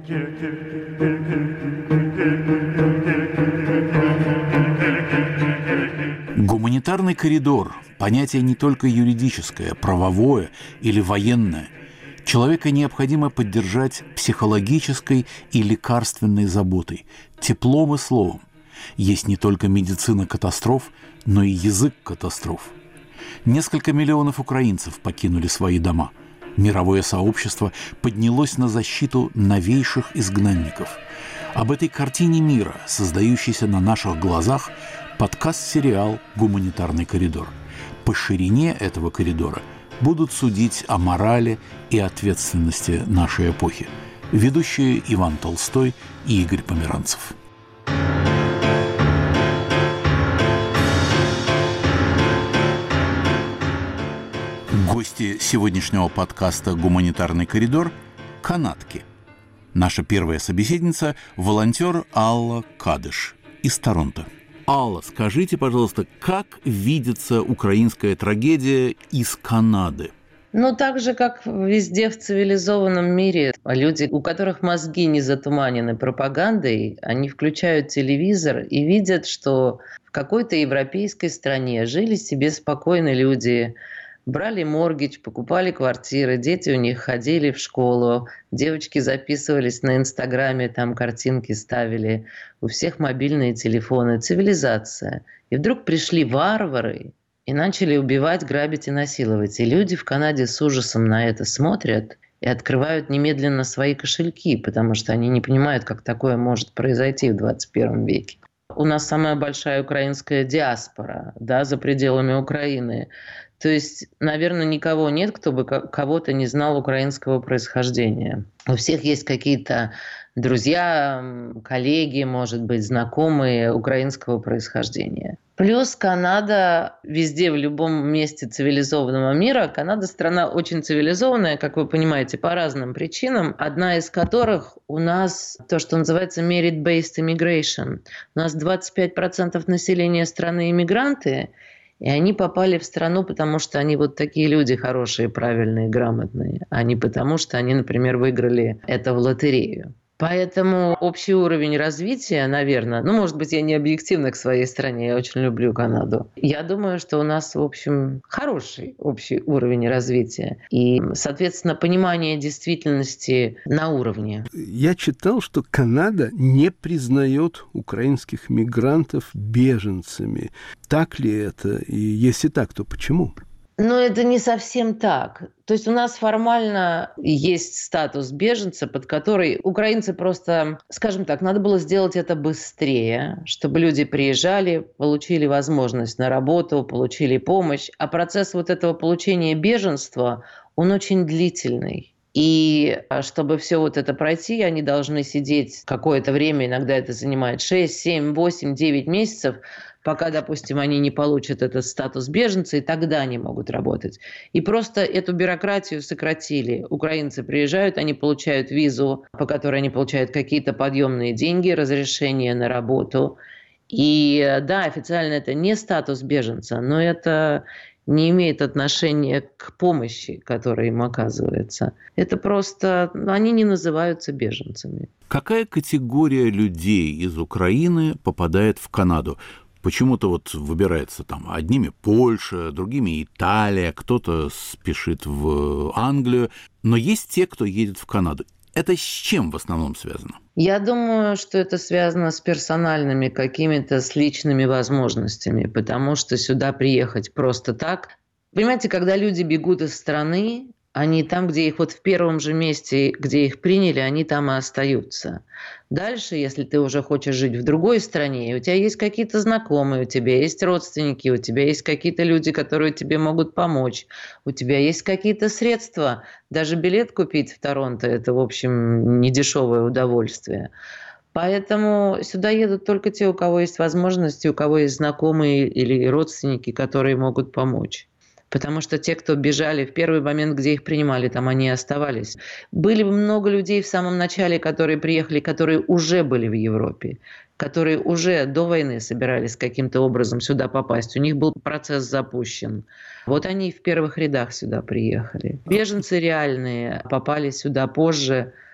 Гуманитарный коридор – понятие не только юридическое, правовое или военное. Человека необходимо поддержать психологической и лекарственной заботой, теплом и словом. Есть не только медицина катастроф, но и язык катастроф. Несколько миллионов украинцев покинули свои дома. Мировое сообщество поднялось на защиту новейших изгнанников. Об этой картине мира, создающейся на наших глазах, подкаст-сериал «Гуманитарный коридор». По ширине этого коридора будут судить о морали и ответственности нашей эпохи. Ведущие Иван Толстой и Игорь Померанцев. Гости сегодняшнего подкаста «Гуманитарный коридор» – канадки. Наша первая собеседница – волонтер Алла Кадыш из Торонто. Алла, скажите, пожалуйста, как видится украинская трагедия из Канады? Ну, так же, как везде в цивилизованном мире, люди, у которых мозги не затуманены пропагандой, они включают телевизор и видят, что в какой-то европейской стране жили себе спокойно люди, брали моргидж, покупали квартиры, дети у них ходили в школу, девочки записывались на Инстаграме, там картинки ставили, у всех мобильные телефоны, цивилизация. И вдруг пришли варвары и начали убивать, грабить и насиловать. И люди в Канаде с ужасом на это смотрят и открывают немедленно свои кошельки, потому что они не понимают, как такое может произойти в 21 веке. У нас самая большая украинская диаспора, да, за пределами Украины. То есть, наверное, никого нет, кто бы кого-то не знал украинского происхождения. У всех есть какие-то друзья, коллеги, может быть, знакомые украинского происхождения. Плюс Канада везде, в любом месте цивилизованного мира. Канада страна очень цивилизованная, как вы понимаете, по разным причинам. Одна из которых у нас то, что называется merit-based immigration. У нас 25% населения страны иммигранты, и они попали в страну, потому что они вот такие люди хорошие, правильные, грамотные, а не потому, что они, например, выиграли это в лотерею. Поэтому общий уровень развития, наверное, может быть, я не объективна к своей стране, я очень люблю Канаду. Я думаю, что у нас, в общем, хороший общий уровень развития и, соответственно, понимание действительности на уровне. Я читал, что Канада не признает украинских мигрантов беженцами. Так ли это? И если так, то почему? Но это не совсем так. То есть у нас формально есть статус беженца, под который украинцы просто, скажем так, надо было сделать это быстрее, чтобы люди приезжали, получили возможность на работу, получили помощь. А процесс вот этого получения беженства, он очень длительный. И чтобы все вот это пройти, они должны сидеть какое-то время, иногда это занимает 6, 7, 8, 9 месяцев, пока, допустим, они не получат этот статус беженца, и тогда они могут работать. И просто эту бюрократию сократили. Украинцы приезжают, они получают визу, по которой они получают какие-то подъемные деньги, разрешение на работу. И да, официально это не статус беженца, но это не имеет отношения к помощи, которая им оказывается. Это просто они не называются беженцами. Какая категория людей из Украины попадает в Канаду? Почему-то вот выбирается там одними Польша, другими Италия, кто-то спешит в Англию, но есть те, кто едет в Канаду. Это с чем в основном связано? Я думаю, что это связано с персональными какими-то, с личными возможностями, потому что сюда приехать просто так. Понимаете, когда люди бегут из страны, они там, где их вот в первом же месте, где их приняли, они там и остаются. Дальше, если ты уже хочешь жить в другой стране, у тебя есть какие-то знакомые, у тебя есть родственники, у тебя есть какие-то люди, которые тебе могут помочь, у тебя есть какие-то средства. Даже билет купить в Торонто – это, в общем, недешевое удовольствие. Поэтому сюда едут только те, у кого есть возможности, у кого есть знакомые или родственники, которые могут помочь. Потому что те, кто бежали в первый момент, где их принимали, там они и оставались. Были много людей в самом начале, которые приехали, которые уже были в Европе, которые уже до войны собирались каким-то образом сюда попасть. У них был процесс запущен. Вот они в первых рядах сюда приехали. Беженцы реальные попали сюда позже.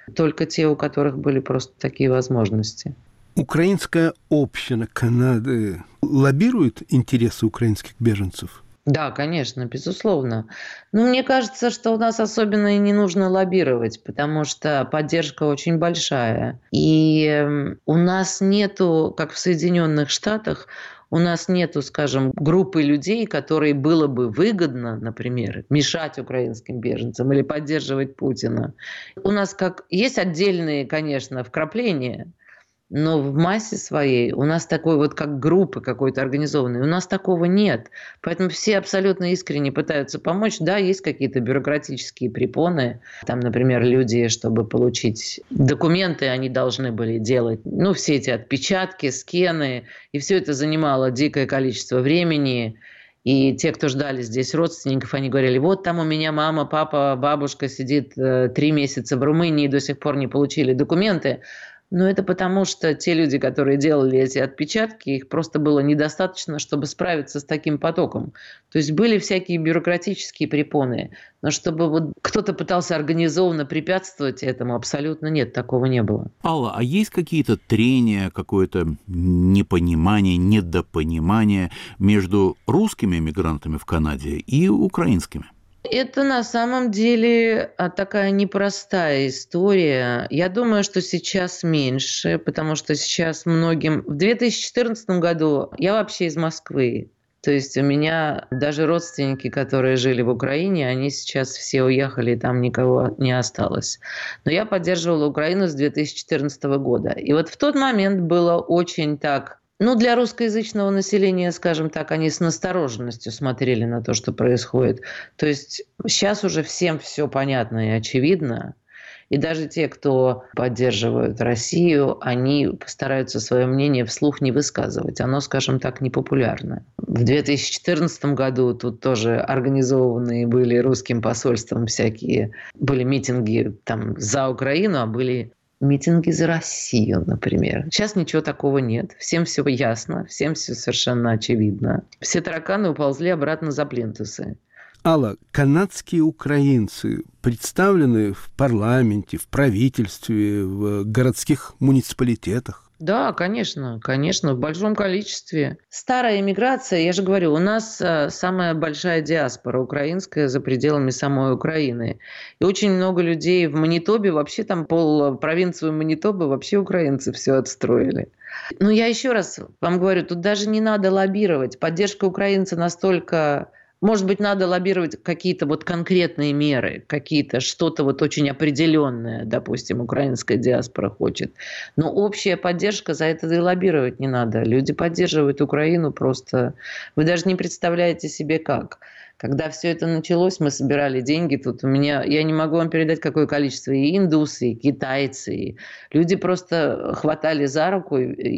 только те, у которых были просто такие возможности. Украинская община Канады лоббирует интересы украинских беженцев? Да, конечно, безусловно. Но мне кажется, что у нас особенно и не нужно лоббировать, потому что поддержка очень большая. И у нас нету, как в Соединенных Штатах, у нас нету, скажем, группы людей, которые было бы выгодно, например, мешать украинским беженцам или поддерживать Путина. У нас есть отдельные, конечно, вкрапления, но в массе своей у нас такой вот как группы какой-то организованной, у нас такого нет. Поэтому все абсолютно искренне пытаются помочь. Да, есть какие-то бюрократические препоны. Там, например, люди, чтобы получить документы, они должны были делать, все эти отпечатки, скены. И все это занимало дикое количество времени. И те, кто ждали здесь родственников, они говорили, вот там у меня мама, папа, бабушка сидит 3 месяца в Румынии и до сих пор не получили документы. Но это потому, что те люди, которые делали эти отпечатки, их просто было недостаточно, чтобы справиться с таким потоком. То есть были всякие бюрократические препоны. Но чтобы вот кто-то пытался организованно препятствовать этому, абсолютно нет, такого не было. Алла, а есть какие-то трения, какое-то непонимание, недопонимание между русскими мигрантами в Канаде и украинскими? Это на самом деле такая непростая история. Я думаю, что сейчас меньше, потому что сейчас многим... В 2014 году я вообще из Москвы. То есть у меня даже родственники, которые жили в Украине, они сейчас все уехали, и там никого не осталось. Но я поддерживала Украину с 2014 года. И вот в тот момент было очень так... для русскоязычного населения, скажем так, они с настороженностью смотрели на то, что происходит. То есть сейчас уже всем все понятно и очевидно. И даже те, кто поддерживают Россию, они постараются свое мнение вслух не высказывать. Оно, скажем так, непопулярное. В 2014 году тут тоже организованные были русским посольством всякие... Были митинги там за Украину, а были... митинги за Россию, например. Сейчас ничего такого нет. Всем все ясно, всем все совершенно очевидно. Все тараканы уползли обратно за плинтусы. Алла, канадские украинцы представлены в парламенте, в правительстве, в городских муниципалитетах? Да, конечно, в большом количестве. Старая эмиграция, я же говорю, у нас самая большая диаспора украинская за пределами самой Украины. И очень много людей в Манитобе, вообще там провинцию Манитобы вообще украинцы все отстроили. Но я еще раз вам говорю, тут даже не надо лоббировать. Поддержка украинца настолько... Может быть, надо лоббировать какие-то вот конкретные меры, что-то вот очень определенное, допустим, украинская диаспора хочет. Но общая поддержка, за это и лоббировать не надо. Люди поддерживают Украину просто... Вы даже не представляете себе как. Когда все это началось, мы собирали деньги. Тут я не могу вам передать, какое количество и индусы, и китайцы. И люди просто хватали за руку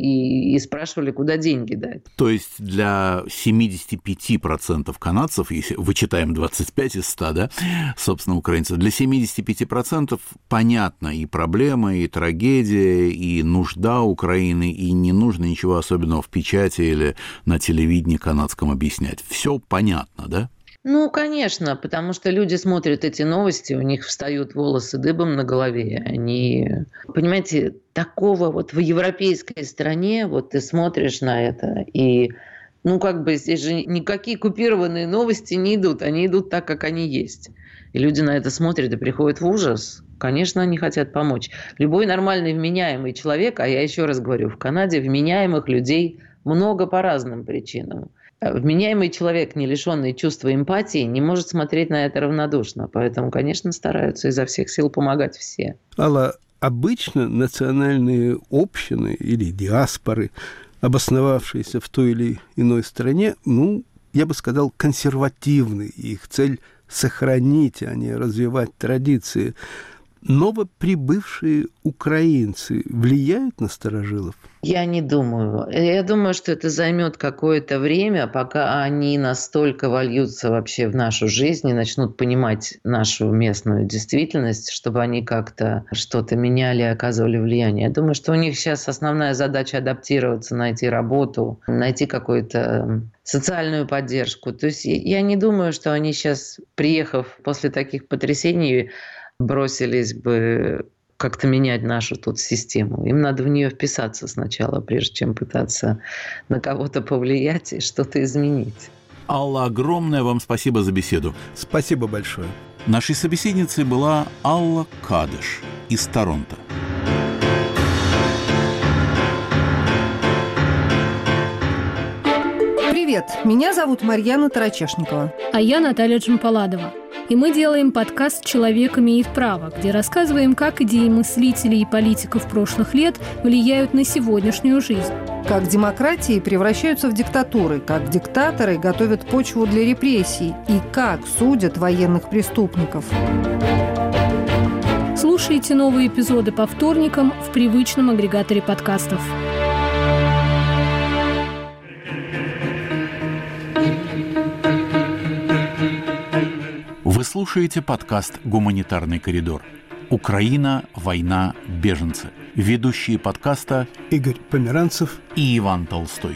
и спрашивали, куда деньги дать. То есть для 75% канадцев, если вычитаем 25 из 100, да, собственно, украинцев, для 75% понятна и проблема, и трагедия, и нужда Украины, и не нужно ничего особенного в печати или на телевидении канадском объяснять. Все понятно, да? Конечно, потому что люди смотрят эти новости, у них встают волосы дыбом на голове. Они, понимаете, такого вот в европейской стране, вот ты смотришь на это, и здесь же никакие купированные новости не идут, они идут так, как они есть. И люди на это смотрят и приходят в ужас. Конечно, они хотят помочь. Любой нормальный вменяемый человек, а я еще раз говорю, в Канаде вменяемых людей много по разным причинам. Вменяемый человек, не лишенный чувства эмпатии, не может смотреть на это равнодушно. Поэтому, конечно, стараются изо всех сил помогать все. Алла, обычно национальные общины или диаспоры, обосновавшиеся в той или иной стране, я бы сказал, консервативны. Их цель – сохранить, а не развивать традиции. Новоприбывшие украинцы влияют на старожилов? Я не думаю. Я думаю, что это займет какое-то время, пока они настолько вольются вообще в нашу жизнь и начнут понимать нашу местную действительность, чтобы они как-то что-то меняли и оказывали влияние. Я думаю, что у них сейчас основная задача адаптироваться, найти работу, найти какую-то социальную поддержку. То есть я не думаю, что они сейчас, приехав после таких потрясений, бросились бы как-то менять нашу тут систему. Им надо в нее вписаться сначала, прежде чем пытаться на кого-то повлиять и что-то изменить. Алла, огромное вам спасибо за беседу. Спасибо большое. Нашей собеседницей была Алла Кадыш из Торонто. Привет, меня зовут Марьяна Тарачешникова. А я Наталья Джампаладова. И мы делаем подкаст «Человек имеет право», где рассказываем, как идеи мыслителей и политиков прошлых лет влияют на сегодняшнюю жизнь. Как демократии превращаются в диктатуры, как диктаторы готовят почву для репрессий и как судят военных преступников. Слушайте новые эпизоды по вторникам в привычном агрегаторе подкастов. Вы слушаете подкаст «Гуманитарный коридор». Украина, война, беженцы. Ведущие подкаста Игорь Померанцев и Иван Толстой.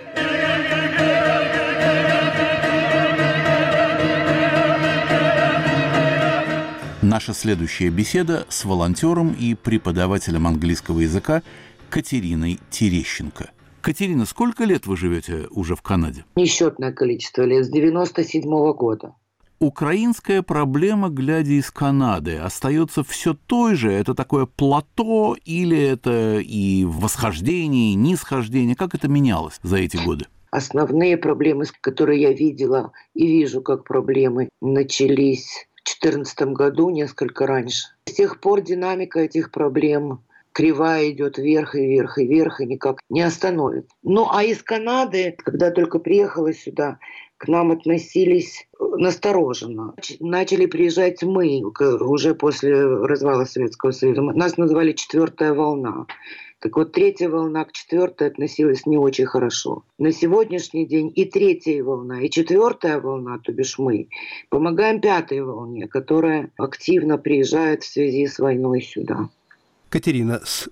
Наша следующая беседа с волонтером и преподавателем английского языка Катериной Терещенко. Катерина, сколько лет вы живете уже в Канаде? Несчетное количество лет, с 97-го года. Украинская проблема, глядя из Канады, остается все той же? Это такое плато или это и восхождение, и нисхождение? Как это менялось за эти годы? Основные проблемы, которые я видела и вижу как проблемы, начались в 2014 году, несколько раньше. С тех пор динамика этих проблем кривая идет вверх и вверх и вверх, и никак не остановит. Ну, а из Канады, когда только приехала сюда, к нам относились настороженно. Начали приезжать мы уже после развала Советского Союза. Нас называли «четвертая волна». Так вот, третья волна к четвертой относилась не очень хорошо. На сегодняшний день и третья волна, и четвертая волна, то бишь мы, помогаем пятой волне, которая активно приезжает в связи с войной сюда. Катерина, с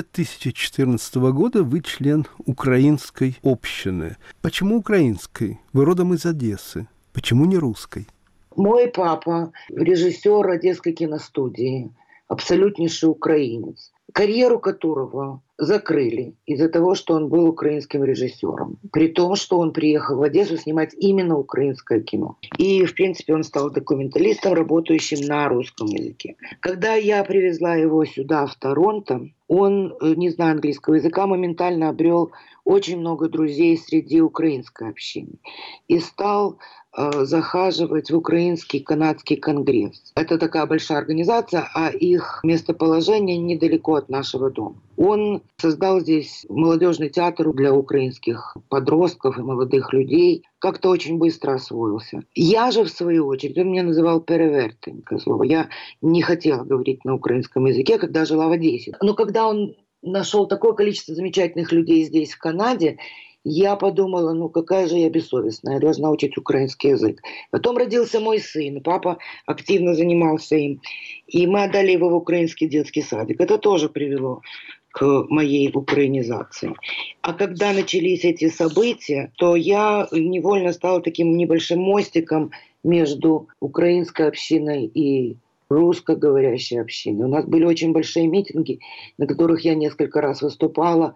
2014 года вы член украинской общины. Почему украинской? Вы родом из Одессы. Почему не русской? Мой папа режиссер Одесской киностудии, абсолютнейший украинец, карьеру которого закрыли из-за того, что он был украинским режиссером. При том, что он приехал в Одессу снимать именно украинское кино. И, в принципе, он стал документалистом, работающим на русском языке. Когда я привезла его сюда, в Торонто, он, не зная английского языка, моментально обрел очень много друзей среди украинской общины. И стал захаживать в Украинский канадский конгресс. Это такая большая организация, а их местоположение недалеко от нашего дома. Он создал здесь молодежный театр для украинских подростков и молодых людей. Как-то очень быстро освоился. Я же, в свою очередь, он меня называл перевертенько слово. Я не хотела говорить на украинском языке, когда жила в Одессе. Но когда он нашел такое количество замечательных людей здесь, в Канаде, я подумала, ну какая же я бессовестная, я должна учить украинский язык. Потом родился мой сын, папа активно занимался им. И мы отдали его в украинский детский садик. Это тоже привело к моей украинизации. А когда начались эти события, то я невольно стала таким небольшим мостиком между украинской общиной и русскоговорящей общиной. У нас были очень большие митинги, на которых я несколько раз выступала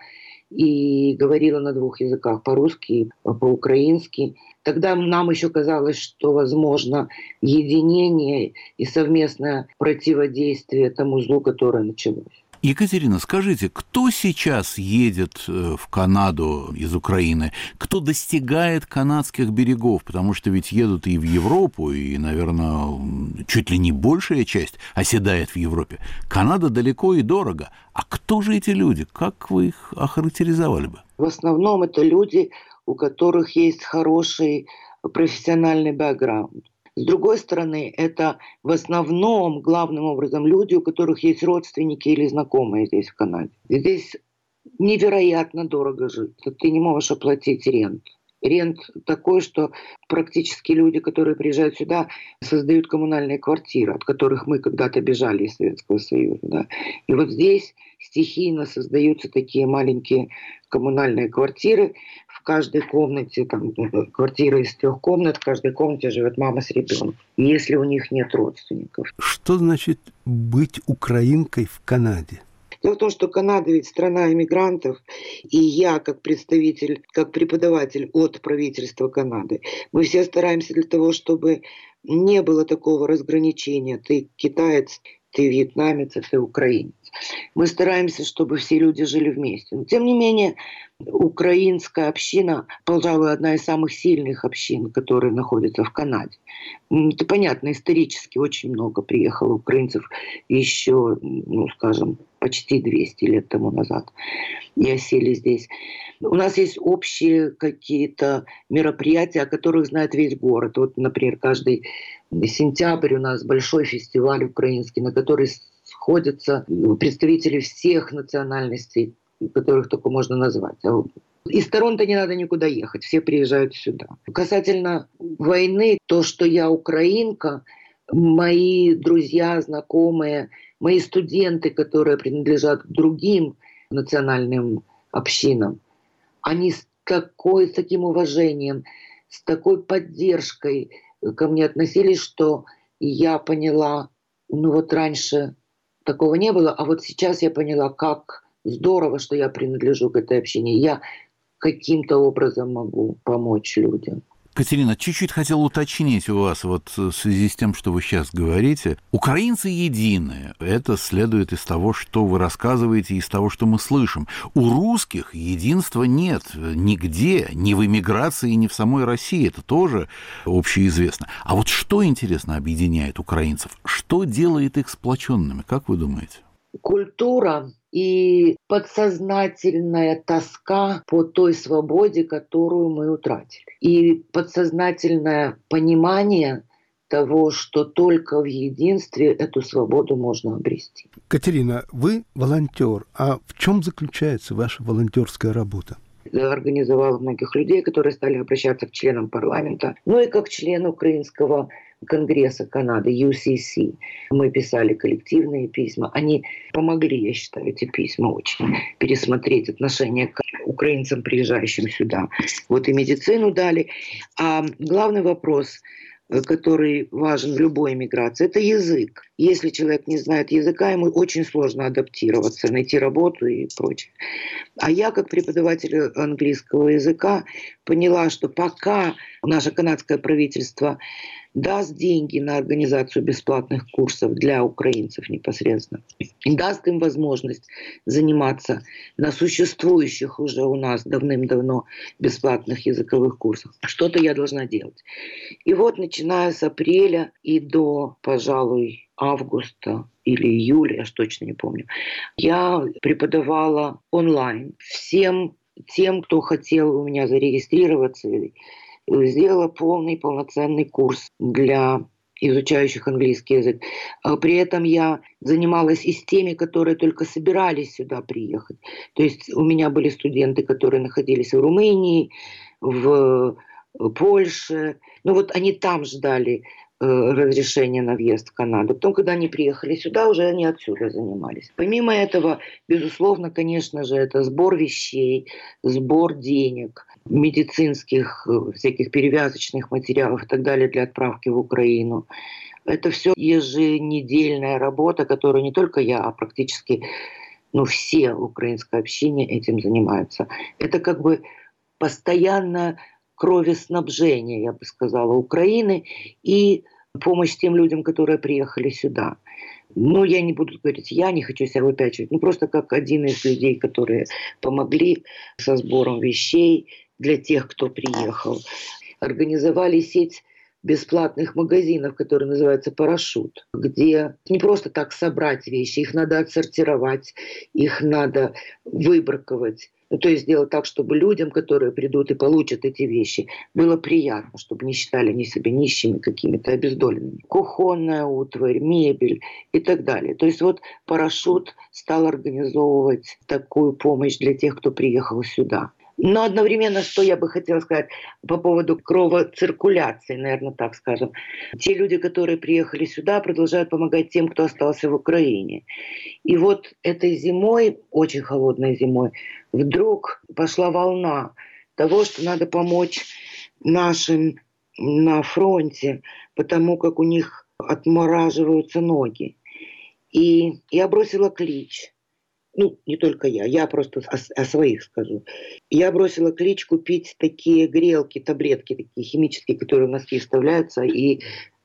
и говорила на двух языках, по-русски и по-украински. Тогда нам еще казалось, что возможно единение и совместное противодействие тому злу, которое началось. Екатерина, скажите, кто сейчас едет в Канаду из Украины? Кто достигает канадских берегов? Потому что ведь едут и в Европу, и, наверное, чуть ли не большая часть оседает в Европе. Канада далеко и дорого. А кто же эти люди? Как вы их охарактеризовали бы? В основном это люди, у которых есть хороший профессиональный бэкграунд. С другой стороны, это в основном, главным образом, люди, у которых есть родственники или знакомые здесь, в Канаде. Здесь невероятно дорого жить. Ты не можешь оплатить рент. Рент такой, что практически люди, которые приезжают сюда, создают коммунальные квартиры, от которых мы когда-то бежали из Советского Союза. Да. И вот здесь стихийно создаются такие маленькие коммунальные квартиры, в каждой комнате, там, квартира из 3 комнат, в каждой комнате живет мама с ребенком, если у них нет родственников. Что значит быть украинкой в Канаде? Дело в том, что Канада ведь страна иммигрантов, и я, как представитель, как преподаватель от правительства Канады, мы все стараемся для того, чтобы не было такого разграничения. Ты китаец, ты вьетнамец, а ты украинец. Мы стараемся, чтобы все люди жили вместе. Но, тем не менее, украинская община, пожалуй, одна из самых сильных общин, которые находятся в Канаде. Это понятно, исторически очень много приехало украинцев еще, скажем, почти 200 лет тому назад. И осели здесь. У нас есть общие какие-то мероприятия, о которых знает весь город. Вот, например, каждый сентябрь у нас большой фестиваль украинский, на который сходятся представители всех национальностей, которых только можно назвать. Из Торонто не надо никуда ехать, все приезжают сюда. Касательно войны, то, что я украинка, мои друзья, знакомые, мои студенты, которые принадлежат к другим национальным общинам, они с таким уважением, с такой поддержкой ко мне относились, что я поняла, раньше такого не было, а вот сейчас я поняла, как здорово, что я принадлежу к этой общине. Я каким-то образом могу помочь людям. Катерина, чуть-чуть хотел уточнить у вас, вот в связи с тем, что вы сейчас говорите. Украинцы едины. Это следует из того, что вы рассказываете, из того, что мы слышим. У русских единства нет нигде, ни в эмиграции, ни в самой России. Это тоже общеизвестно. А вот что, интересно, объединяет украинцев? Что делает их сплоченными, как вы думаете? Культура и подсознательная тоска по той свободе, которую мы утратили. И подсознательное понимание того, что только в единстве эту свободу можно обрести. Катерина, вы волонтер. А в чем заключается ваша волонтерская работа? Я организовала многих людей, которые стали обращаться к членам парламента, и как член Украинского конгресса Канады, UCC. Мы писали коллективные письма. Они помогли, я считаю, эти письма очень пересмотреть отношение к украинцам, приезжающим сюда. Вот и медицину дали. А главный вопрос, который важен в любой эмиграции, это язык. Если человек не знает языка, ему очень сложно адаптироваться, найти работу и прочее. А я, как преподаватель английского языка, поняла, что пока наше канадское правительство даст деньги на организацию бесплатных курсов для украинцев непосредственно, и даст им возможность заниматься на существующих уже у нас давным-давно бесплатных языковых курсах, что-то я должна делать. И вот, начиная с апреля и до, пожалуй, августа или июля, я точно не помню, я преподавала онлайн всем тем, кто хотел у меня зарегистрироваться, сделала полноценный курс для изучающих английский язык. При этом я занималась и с теми, которые только собирались сюда приехать. То есть у меня были студенты, которые находились в Румынии, в Польше. Они там ждали разрешения на въезд в Канаду. Потом, когда они приехали сюда, уже они отсюда занимались. Помимо этого, безусловно, конечно же, это сбор вещей, сбор денег, медицинских, всяких перевязочных материалов и так далее для отправки в Украину. Это все еженедельная работа, которую не только я, а практически все в украинской общине этим занимаются. Это как бы постоянно кровеснабжение, я бы сказала, Украины и помощь тем людям, которые приехали сюда. Я не буду говорить, я не хочу себя выпячивать, просто как один из людей, которые помогли со сбором вещей для тех, кто приехал. Организовали сеть бесплатных магазинов, которые называются «Парашют», где не просто так собрать вещи, их надо отсортировать, их надо выбраковать. То есть сделать так, чтобы людям, которые придут и получат эти вещи, было приятно, чтобы не считали они себя нищими какими-то, обездоленными. Кухонная утварь, мебель и так далее. То есть вот «Парашют» стал организовывать такую помощь для тех, кто приехал сюда. Но одновременно, что я бы хотела сказать по поводу кровоциркуляции, наверное, так скажем. Те люди, которые приехали сюда, продолжают помогать тем, кто остался в Украине. И вот этой зимой, очень холодной зимой, вдруг пошла волна того, что надо помочь нашим на фронте, потому как у них отмораживаются ноги. И я бросила клич. Не только я просто о своих скажу. Я бросила клич купить такие грелки, таблетки такие химические, которые в носки вставляются и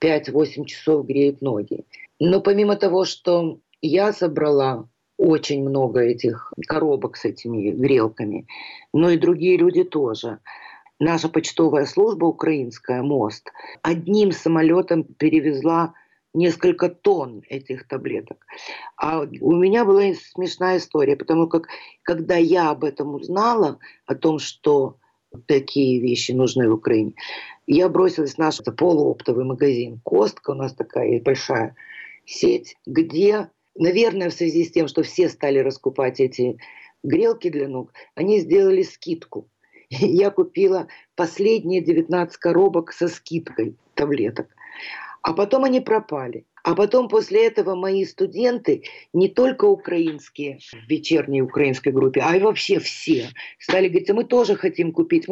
5-8 часов греют ноги. Но помимо того, что я собрала очень много этих коробок с этими грелками, но и другие люди тоже. Наша почтовая служба украинская, МОСТ, одним самолетом перевезла несколько тонн этих таблеток. А у меня была смешная история, потому как, когда я об этом узнала, о том, что такие вещи нужны в Украине, я бросилась в наш полуоптовый магазин «Костка», у нас такая большая сеть, где, наверное, в связи с тем, что все стали раскупать эти грелки для ног, они сделали скидку. Я купила последние 19 коробок со скидкой таблеток. А потом они пропали. А потом после этого мои студенты, не только украинские, в вечерней украинской группе, а и вообще все, стали говорить: мы тоже хотим купить,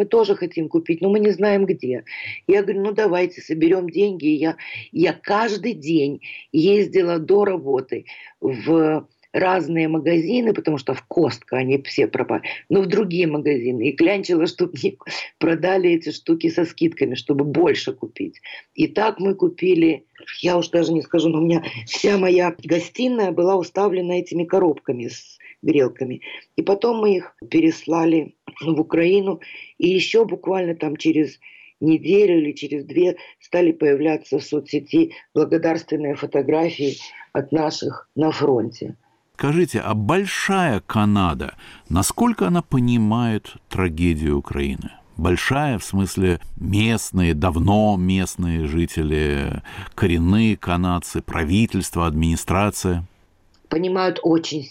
но мы не знаем где. Я говорю: давайте соберем деньги. И я каждый день ездила до работы в разные магазины, потому что в Костка они все пропали, но в другие магазины. И клянчила, чтобы мне продали эти штуки со скидками, чтобы больше купить. И так мы купили, я уж даже не скажу, но у меня вся моя гостиная была уставлена этими коробками с грелками. И потом мы их переслали в Украину. И еще буквально там через неделю или через 2 стали появляться в соцсети благодарственные фотографии от наших на фронте. Скажите, а большая Канада, насколько она понимает трагедию Украины? Большая, в смысле местные, давно местные жители, коренные канадцы, правительство, администрация? Понимают очень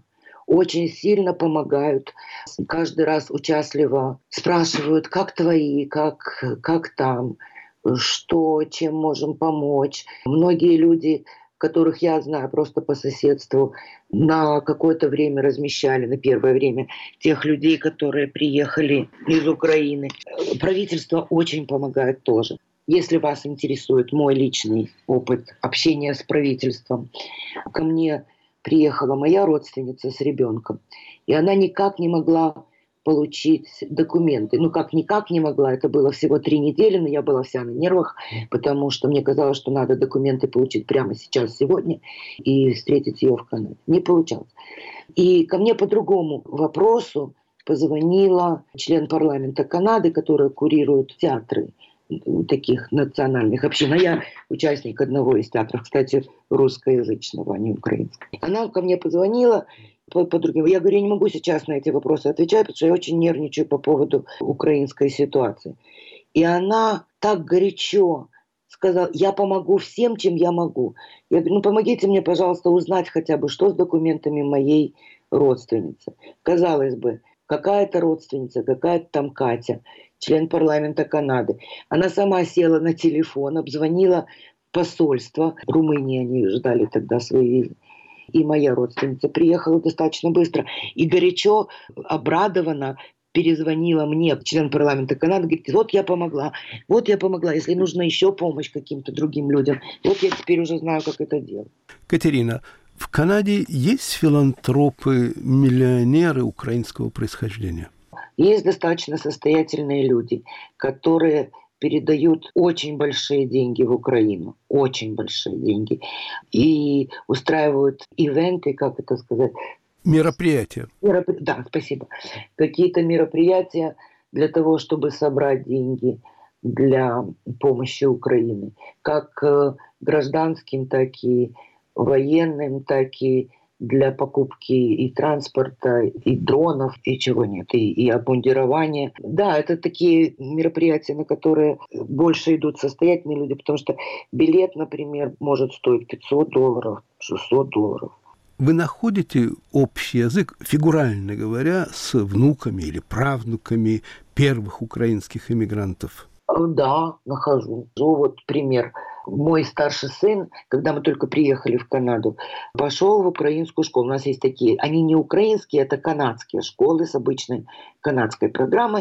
сильно помогают. Каждый раз участливо спрашивают: как твои, как там, что, чем можем помочь. Многие люди, которых я знаю просто по соседству, на какое-то время размещали, на первое время, тех людей, которые приехали из Украины. Правительство очень помогает тоже. Если вас интересует мой личный опыт общения с правительством, ко мне приехала моя родственница с ребенком, и она никак не могла получить документы. Как никак не могла, это было всего 3 недели, но я была вся на нервах, потому что мне казалось, что надо документы получить прямо сейчас, сегодня, и встретить ее в Канаде. Не получалось. И ко мне по другому вопросу позвонила член парламента Канады, которая курирует театры таких национальных общин. А я участник одного из театров, кстати, русскоязычного, а не украинского. Она ко мне позвонила по другим. Я говорю: я не могу сейчас на эти вопросы отвечать, потому что я очень нервничаю по поводу украинской ситуации. И она так горячо сказала: я помогу всем, чем я могу. Я говорю: помогите мне, пожалуйста, узнать хотя бы, что с документами моей родственницы. Казалось бы, какая-то родственница, какая-то там Катя, член парламента Канады. Она сама села на телефон, обзвонила посольство. В Румынии они ждали тогда свои визы. И моя родственница приехала достаточно быстро. И горячо, обрадованно перезвонила мне член парламента Канады, говорит: вот я помогла, если нужна еще помощь каким-то другим людям, вот я теперь уже знаю, как это делать. Катерина, в Канаде есть филантропы, миллионеры украинского происхождения? Есть достаточно состоятельные люди, которые передают очень большие деньги в Украину, очень большие деньги, и устраивают ивенты, как это сказать? Мероприятия. Да, спасибо. Какие-то мероприятия для того, чтобы собрать деньги для помощи Украине, как гражданским, так и военным, так и для покупки и транспорта, и дронов, и чего нет, и обмундирования. Да, это такие мероприятия, на которые больше идут состоятельные люди, потому что билет, например, может стоить $500, $600. Вы находите общий язык, фигурально говоря, с внуками или правнуками первых украинских эмигрантов? Да, нахожу. Вот пример. Мой старший сын, когда мы только приехали в Канаду, пошел в украинскую школу. У нас есть такие, они не украинские, это канадские школы с обычной канадской программой.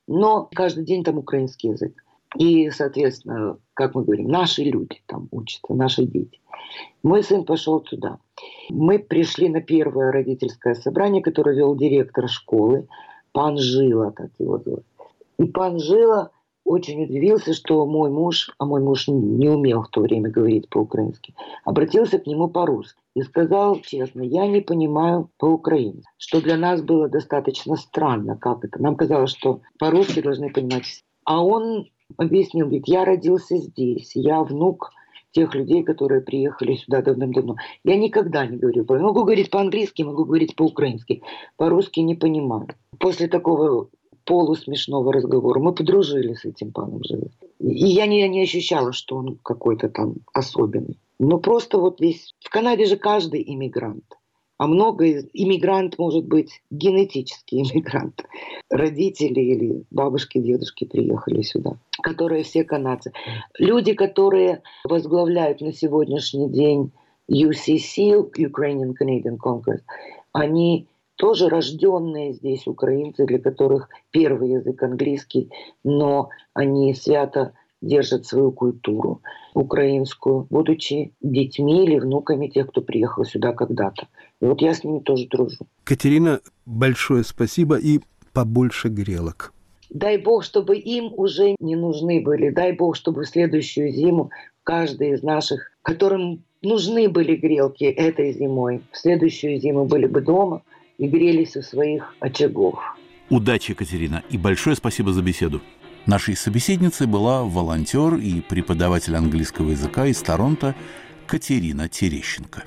но каждый день там украинский язык. И, соответственно, как мы говорим, наши люди там учатся, наши дети. Мой сын пошел туда. Мы пришли на первое родительское собрание, которое вел директор школы, пан Жила, так его зовут. И пан Жила очень удивился, что мой муж, а мой муж не умел в то время говорить по-украински, обратился к нему по-русски и сказал честно: я не понимаю по-украински, что для нас было достаточно странно, как это. Нам казалось, что по-русски должны понимать все. А он объяснил, говорит: я родился здесь, я внук тех людей, которые приехали сюда давным-давно. Я никогда не говорю. Могу говорить по-английски, могу говорить по-украински. По-русски не понимаю. После такого полусмешного разговора мы подружились с этим паном Жилом. И я не ощущала, что он какой-то там особенный. Но просто вот весь... В Канаде же каждый иммигрант. А иммигрант может быть генетический иммигрант. Родители или бабушки, дедушки приехали сюда, которые все канадцы. Люди, которые возглавляют на сегодняшний день UCC, Ukrainian Canadian Congress, они тоже рожденные здесь украинцы, для которых первый язык английский, но они свято держат свою культуру украинскую, будучи детьми или внуками тех, кто приехал сюда когда-то. И вот я с ними тоже дружу. Катерина, большое спасибо и побольше грелок. Дай Бог, чтобы им уже не нужны были. Дай Бог, чтобы в следующую зиму каждый из наших, которым нужны были грелки этой зимой, в следующую зиму были бы дома и грелись у своих очагов. Удачи, Катерина, и большое спасибо за беседу. Нашей собеседницей была волонтер и преподаватель английского языка из Торонто Катерина Терещенко.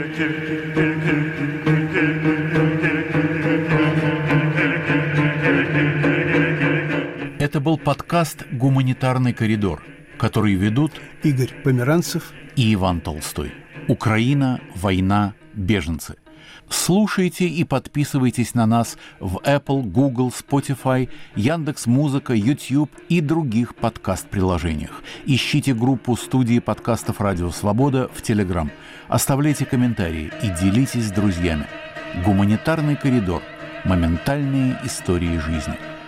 Это был подкаст «Гуманитарный коридор», который ведут Игорь Померанцев и Иван Толстой. Украина, война, беженцы. Слушайте и подписывайтесь на нас в Apple, Google, Spotify, Яндекс.Музыка, YouTube и других подкаст-приложениях. Ищите группу студии подкастов «Радио Свобода» в Telegram. Оставляйте комментарии и делитесь с друзьями. Гуманитарный коридор. Моментальные истории жизни.